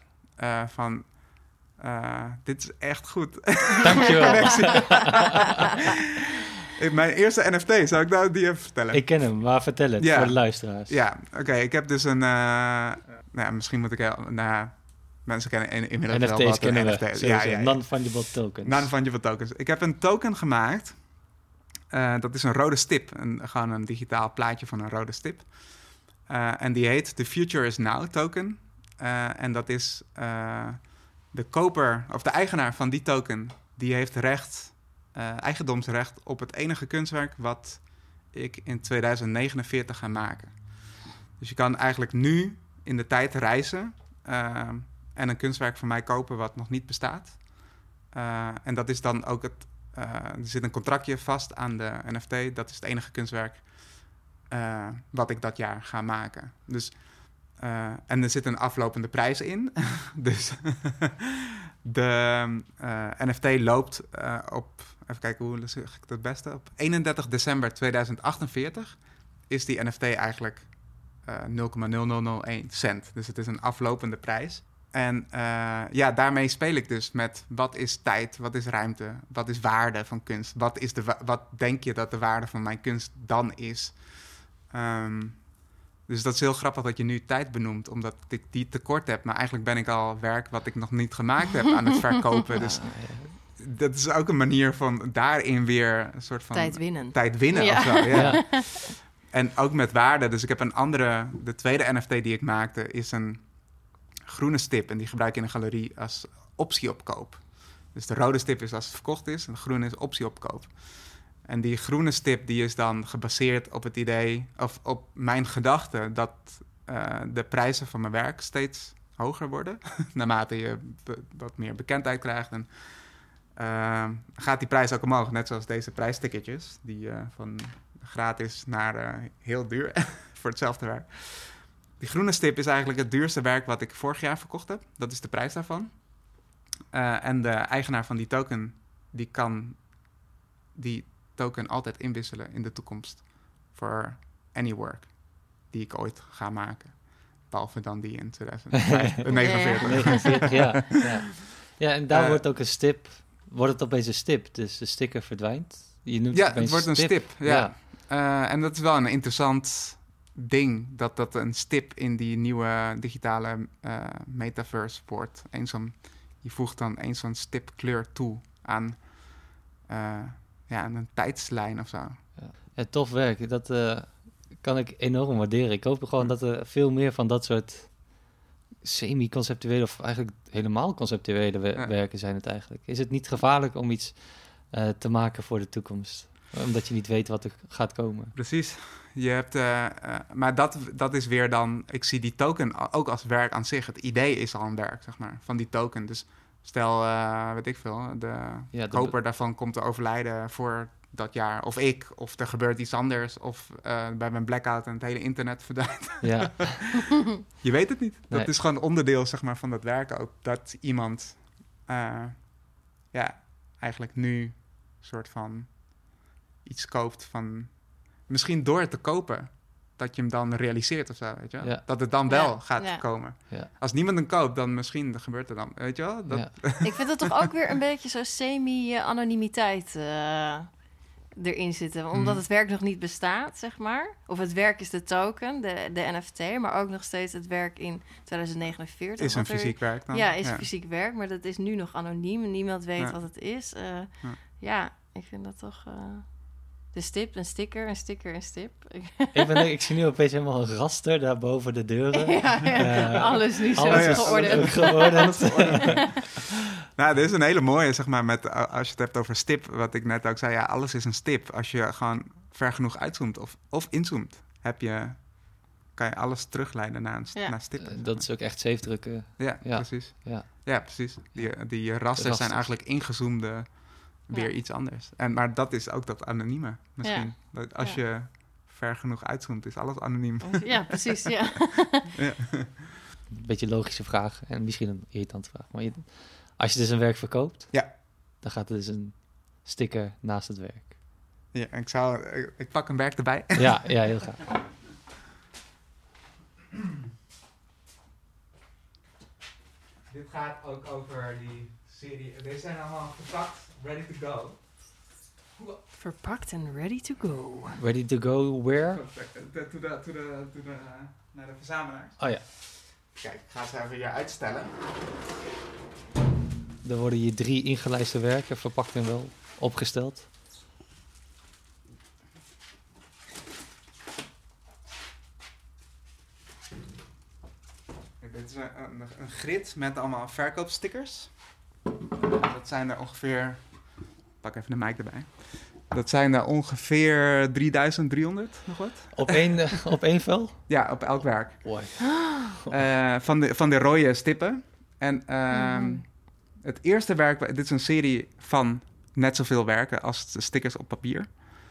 Dit is echt goed. Dankjewel. Mijn eerste NFT, zou ik nou die even vertellen? Ik ken hem, maar vertel het voor de luisteraars. Ja, oké. Ik heb dus een... misschien moet ik... mensen kennen inmiddels NFT's wel wat kennen NFT's. Ja. Non-fungible tokens. Non-fungible tokens. Ik heb een token gemaakt. Dat is een rode stip. Gewoon een digitaal plaatje van een rode stip. En die heet The Future is Now token. En dat is de koper of de eigenaar van die token. Die heeft eigendomsrecht op het enige kunstwerk wat ik in 2049 ga maken. Dus je kan eigenlijk nu in de tijd reizen en een kunstwerk van mij kopen wat nog niet bestaat. En dat is dan ook er zit een contractje vast aan de NFT. Dat is het enige kunstwerk wat ik dat jaar ga maken. Dus, en er zit een aflopende prijs in. Dus de NFT loopt op... Even kijken, hoe zeg ik het het beste? Op 31 december 2048 is die NFT eigenlijk 0,0001 cent. Dus het is een aflopende prijs. En daarmee speel ik dus met wat is tijd, wat is ruimte, wat is waarde van kunst. Wat denk je dat de waarde van mijn kunst dan is? Dus dat is heel grappig dat je nu tijd benoemt, omdat ik die tekort heb. Maar eigenlijk ben ik al werk wat ik nog niet gemaakt heb aan het verkopen. Dus dat is ook een manier van daarin weer een soort van... Tijd winnen of zo, ja. En ook met waarde. Dus ik heb de tweede NFT die ik maakte is een groene stip. En die gebruik ik in een galerie als optie op koop. Dus de rode stip is als het verkocht is en de groene is optie op koop. En die groene stip die is dan gebaseerd op het idee, of op mijn gedachte, dat de prijzen van mijn werk steeds hoger worden. Naarmate je wat meer bekendheid krijgt. En gaat die prijs ook omhoog, net zoals deze prijsticketjes. Die van gratis naar heel duur voor hetzelfde werk. Die groene stip is eigenlijk het duurste werk wat ik vorig jaar verkocht heb. Dat is de prijs daarvan. En de eigenaar van die token, die kan die token altijd inwisselen in de toekomst voor any work die ik ooit ga maken. Behalve dan die in 2049. Ja, en daar wordt het opeens een stip. Dus de sticker verdwijnt. Je noemt het wordt een stip. En dat is wel een interessant ding, dat een stip in die nieuwe digitale metaverse wordt. Je voegt dan eens zo'n stipkleur toe aan een tijdslijn of zo. Ja, tof werk. Dat kan ik enorm waarderen. Ik hoop gewoon dat er veel meer van dat soort semi-conceptuele of eigenlijk helemaal conceptuele werken zijn het eigenlijk. Is het niet gevaarlijk om iets te maken voor de toekomst? Omdat je niet weet wat er gaat komen. Precies. Je hebt, maar dat is weer dan... Ik zie die token ook als werk aan zich. Het idee is al een werk, zeg maar, van die token. Dus stel, weet ik veel, de koper daarvan komt te overlijden voor dat jaar. Of of er gebeurt iets anders. Of bij mijn blackout en het hele internet verdwijnt. Ja. Je weet het niet. Dat is gewoon onderdeel, zeg maar, van dat werk ook. Dat iemand eigenlijk nu een soort van iets koopt van... Misschien door het te kopen, dat je hem dan realiseert of zo, weet je wel? Ja. Dat het dan wel gaat komen. Ja. Als niemand hem koopt, dan misschien gebeurt er dan, weet je wel? Ik vind het toch ook weer een beetje zo semi-anonimiteit erin zitten. Omdat het werk nog niet bestaat, zeg maar. Of het werk is de token, de NFT, maar ook nog steeds het werk in 2049. Is een fysiek werk dan? Ja, is fysiek werk, maar dat is nu nog anoniem. Niemand weet wat het is. Ik vind dat toch... De stip, een sticker, een sticker, een stip. Ik zie nu opeens helemaal een raster daar boven de deuren. Alles nu zo geordend. Nou, dit is een hele mooie, zeg maar, als je het hebt over stip, wat ik net ook zei. Ja, alles is een stip. Als je gewoon ver genoeg uitzoomt of inzoomt, kan je alles terugleiden naar stippen. Dat is ook echt zeefdrukken. Ja, precies. Ja, precies. Die rasters zijn eigenlijk ingezoomde... weer iets anders. Maar dat is ook dat anonieme misschien. Ja. Als je ver genoeg uitzoomt, is alles anoniem. Ja, precies, ja. Een beetje een logische vraag en misschien een irritante vraag. Maar als je dus een werk verkoopt, dan gaat er dus een sticker naast het werk. Ja, ik pak een werk erbij. Ja, heel graag. Dit gaat ook over die serie. Deze zijn allemaal verpakt. Ready to go. Verpakt en ready to go. Ready to go where? Naar de verzamelaars. Oh ja. Kijk, ik ga ze even hier uitstellen. Dan worden hier 3 ingelijste werken, verpakt en wel, opgesteld. Dit is een grid met allemaal verkoopstickers. Dat zijn er ongeveer... Pak even de mic erbij. Dat zijn er ongeveer 3300, nog wat? Op één vel? Ja, op elk werk. Mooi. Van de rode stippen. En het eerste werk... Dit is een serie van net zoveel werken als de stickers op papier.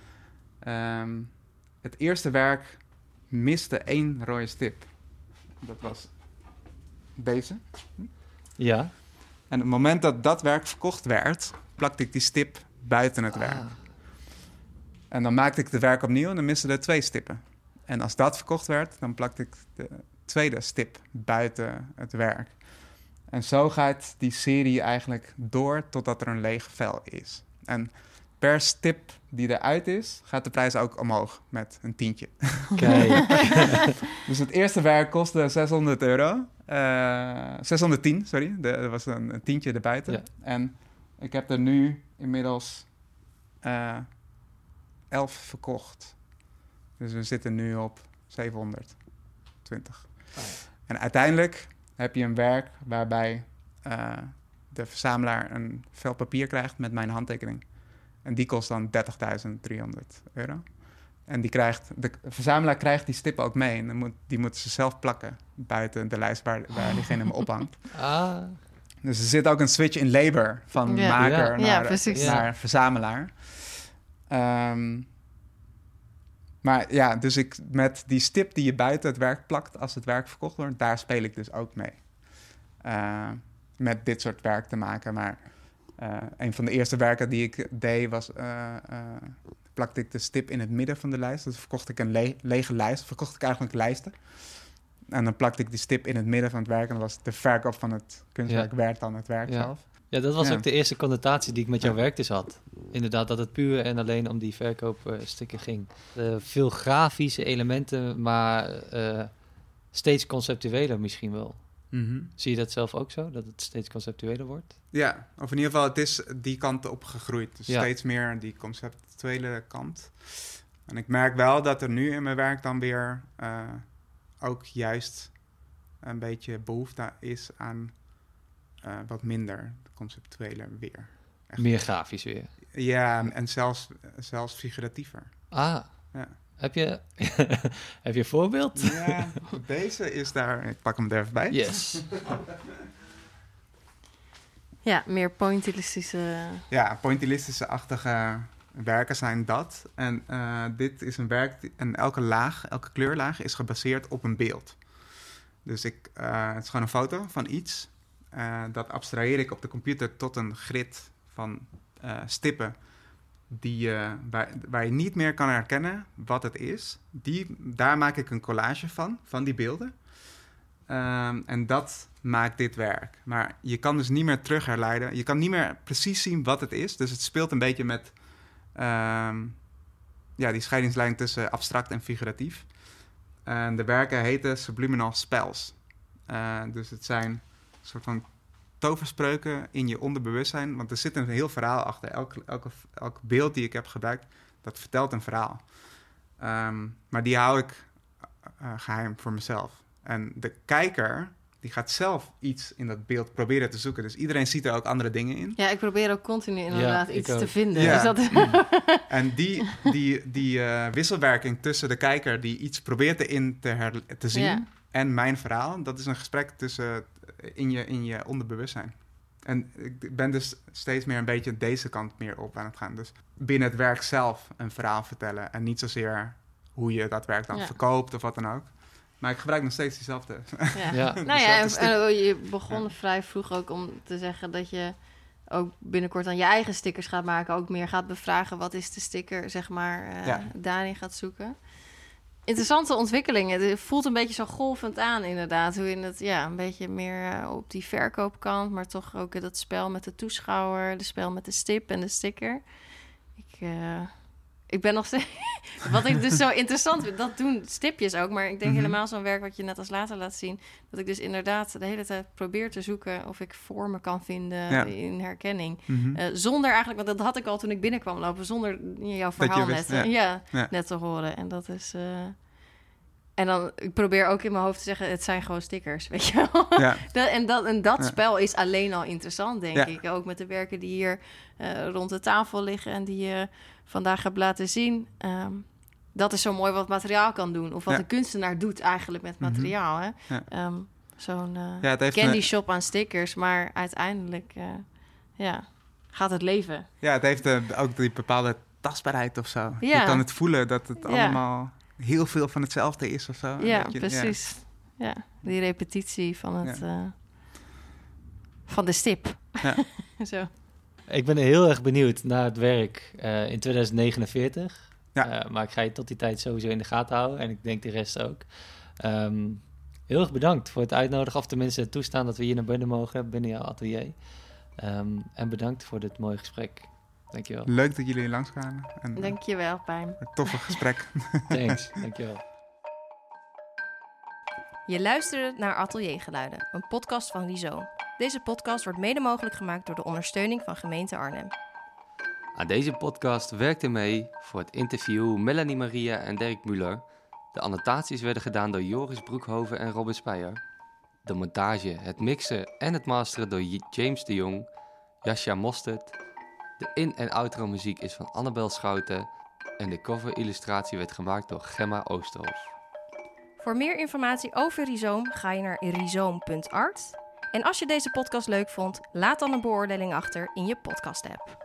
Het eerste werk miste 1 rode stip. Dat was deze. Ja. En op het moment dat dat werk verkocht werd, plakte ik die stip buiten het werk. En dan maakte ik het werk opnieuw en dan misten er 2 stippen. En als dat verkocht werd, dan plakte ik de tweede stip buiten het werk. En zo gaat die serie eigenlijk door totdat er een leeg vel is. En per stip die eruit is, gaat de prijs ook omhoog met een tientje. Kijk. Dus het eerste werk kostte €600. 610, sorry. Er was een tientje erbuiten. Ja. En ik heb er nu inmiddels 11 verkocht. Dus we zitten nu op 720. Oh. En uiteindelijk heb je een werk waarbij de verzamelaar een vel papier krijgt met mijn handtekening. En die kost dan €30.300. En de verzamelaar krijgt die stippen ook mee. En die moeten ze zelf plakken buiten de lijst waar diegene hem ophangt. Dus er zit ook een switch in labor van maker naar verzamelaar. Maar ja, dus met die stip die je buiten het werk plakt als het werk verkocht wordt, daar speel ik dus ook mee. Met dit soort werk te maken. Maar een van de eerste werken die ik deed was... plakte ik de stip in het midden van de lijst. Dus verkocht ik een lege lijst. Verkocht ik eigenlijk lijsten. En dan plakte ik die stip in het midden van het werk. En dan was de verkoop van het kunstwerk werd dan het werk zelf. Ja, dat was ook de eerste connotatie die ik met jouw werk dus had. Inderdaad, dat het puur en alleen om die verkoopstukken ging. Veel grafische elementen, maar steeds conceptueler misschien wel. Mm-hmm. Zie je dat zelf ook zo, dat het steeds conceptueler wordt? Ja, of in ieder geval, het is die kant op gegroeid. Dus steeds meer die conceptuele kant. En ik merk wel dat er nu in mijn werk dan weer ook juist een beetje behoefte is aan wat minder conceptuele weer. Echt. Meer grafisch weer? Ja, en zelfs figuratiever. Ja. Heb je een voorbeeld? Ja, deze is daar... Ik pak hem er even bij. Yes. Ja, meer pointillistische... Ja, pointillistische-achtige werken zijn dat. En dit is een werk... En elke kleurlaag is gebaseerd op een beeld. Dus het is gewoon een foto van iets. Dat abstraheer ik op de computer tot een grid van stippen... waar je niet meer kan herkennen wat het is. Daar maak ik een collage van die beelden. En dat maakt dit werk. Maar je kan dus niet meer terug herleiden. Je kan niet meer precies zien wat het is. Dus het speelt een beetje met die scheidingslijn tussen abstract en figuratief. En de werken heten Subliminal Spells. Dus het zijn een soort van toverspreuken in je onderbewustzijn. Want er zit een heel verhaal achter. Elk beeld die ik heb gebruikt, dat vertelt een verhaal. Maar die hou ik geheim voor mezelf. En de kijker, die gaat zelf iets in dat beeld proberen te zoeken. Dus iedereen ziet er ook andere dingen in. Ja, ik probeer ook continu inderdaad iets ook te vinden. Ja. Dus dat... En die wisselwerking tussen de kijker die iets probeert te zien... Ja. en mijn verhaal, dat is een gesprek tussen in je onderbewustzijn. En ik ben dus steeds meer een beetje deze kant meer op aan het gaan. Dus binnen het werk zelf een verhaal vertellen. En niet zozeer hoe je dat werk dan verkoopt of wat dan ook. Maar ik gebruik nog steeds diezelfde. Ja. Nou ja, en je begon vrij vroeg ook om te zeggen dat je ook binnenkort dan je eigen stickers gaat maken. Ook meer gaat bevragen wat is de sticker, zeg maar, daarin gaat zoeken. Interessante ontwikkelingen. Het voelt een beetje zo golvend aan, inderdaad. Hoe je het een beetje meer op die verkoopkant, maar toch ook dat spel met de toeschouwer, de spel met de stip en de sticker. Ik ben nog steeds... Wat ik dus zo interessant vind, dat doen stipjes ook. Maar ik denk helemaal zo'n werk wat je net als later laat zien, dat ik dus inderdaad de hele tijd probeer te zoeken of ik vormen kan vinden in herkenning. Zonder eigenlijk, want dat had ik al toen ik binnenkwam lopen, zonder jouw verhaal net te horen. En dat is... En dan, ik probeer ook in mijn hoofd te zeggen, het zijn gewoon stickers, weet je wel. Ja. Dat spel is alleen al interessant, denk ik. Ook met de werken die hier rond de tafel liggen en die je vandaag hebt laten zien. Dat is zo mooi wat materiaal kan doen. Of wat de kunstenaar doet eigenlijk met materiaal. Hè? Ja. Zo'n candy shop aan stickers, maar uiteindelijk gaat het leven. Ja, het heeft ook die bepaalde tastbaarheid of zo. Ja. Je kan het voelen dat het allemaal heel veel van hetzelfde is of zo. Ja, precies. Ja, die repetitie van het van de stip. Ja. Zo. Ik ben heel erg benieuwd naar het werk in 2049. Ja. Maar ik ga je tot die tijd sowieso in de gaten houden. En ik denk de rest ook. Heel erg bedankt voor het uitnodigen. Of tenminste het toestaan dat we hier naar binnen mogen. Binnen jouw atelier. En bedankt voor dit mooie gesprek. Dankjewel. Leuk dat jullie langskwamen. Dankjewel, Pijn. Een toffe gesprek. Thanks, dankjewel. Je luisterde naar Ateliergeluiden, een podcast van Rhizoom. Deze podcast wordt mede mogelijk gemaakt door de ondersteuning van gemeente Arnhem. Aan deze podcast werkten mee voor het interview Melanie Maria en Dirk Muller. De annotaties werden gedaan door Joris Broekhoven en Robin Speyer. De montage, het mixen en het masteren door James de Jong, Jascha Mostert. De in- en outro muziek is van Annabel Schouten en de cover-illustratie werd gemaakt door Gemma Oosterhof. Voor meer informatie over Rhizoom ga je naar rhizoom.art. En als je deze podcast leuk vond, laat dan een beoordeling achter in je podcast-app.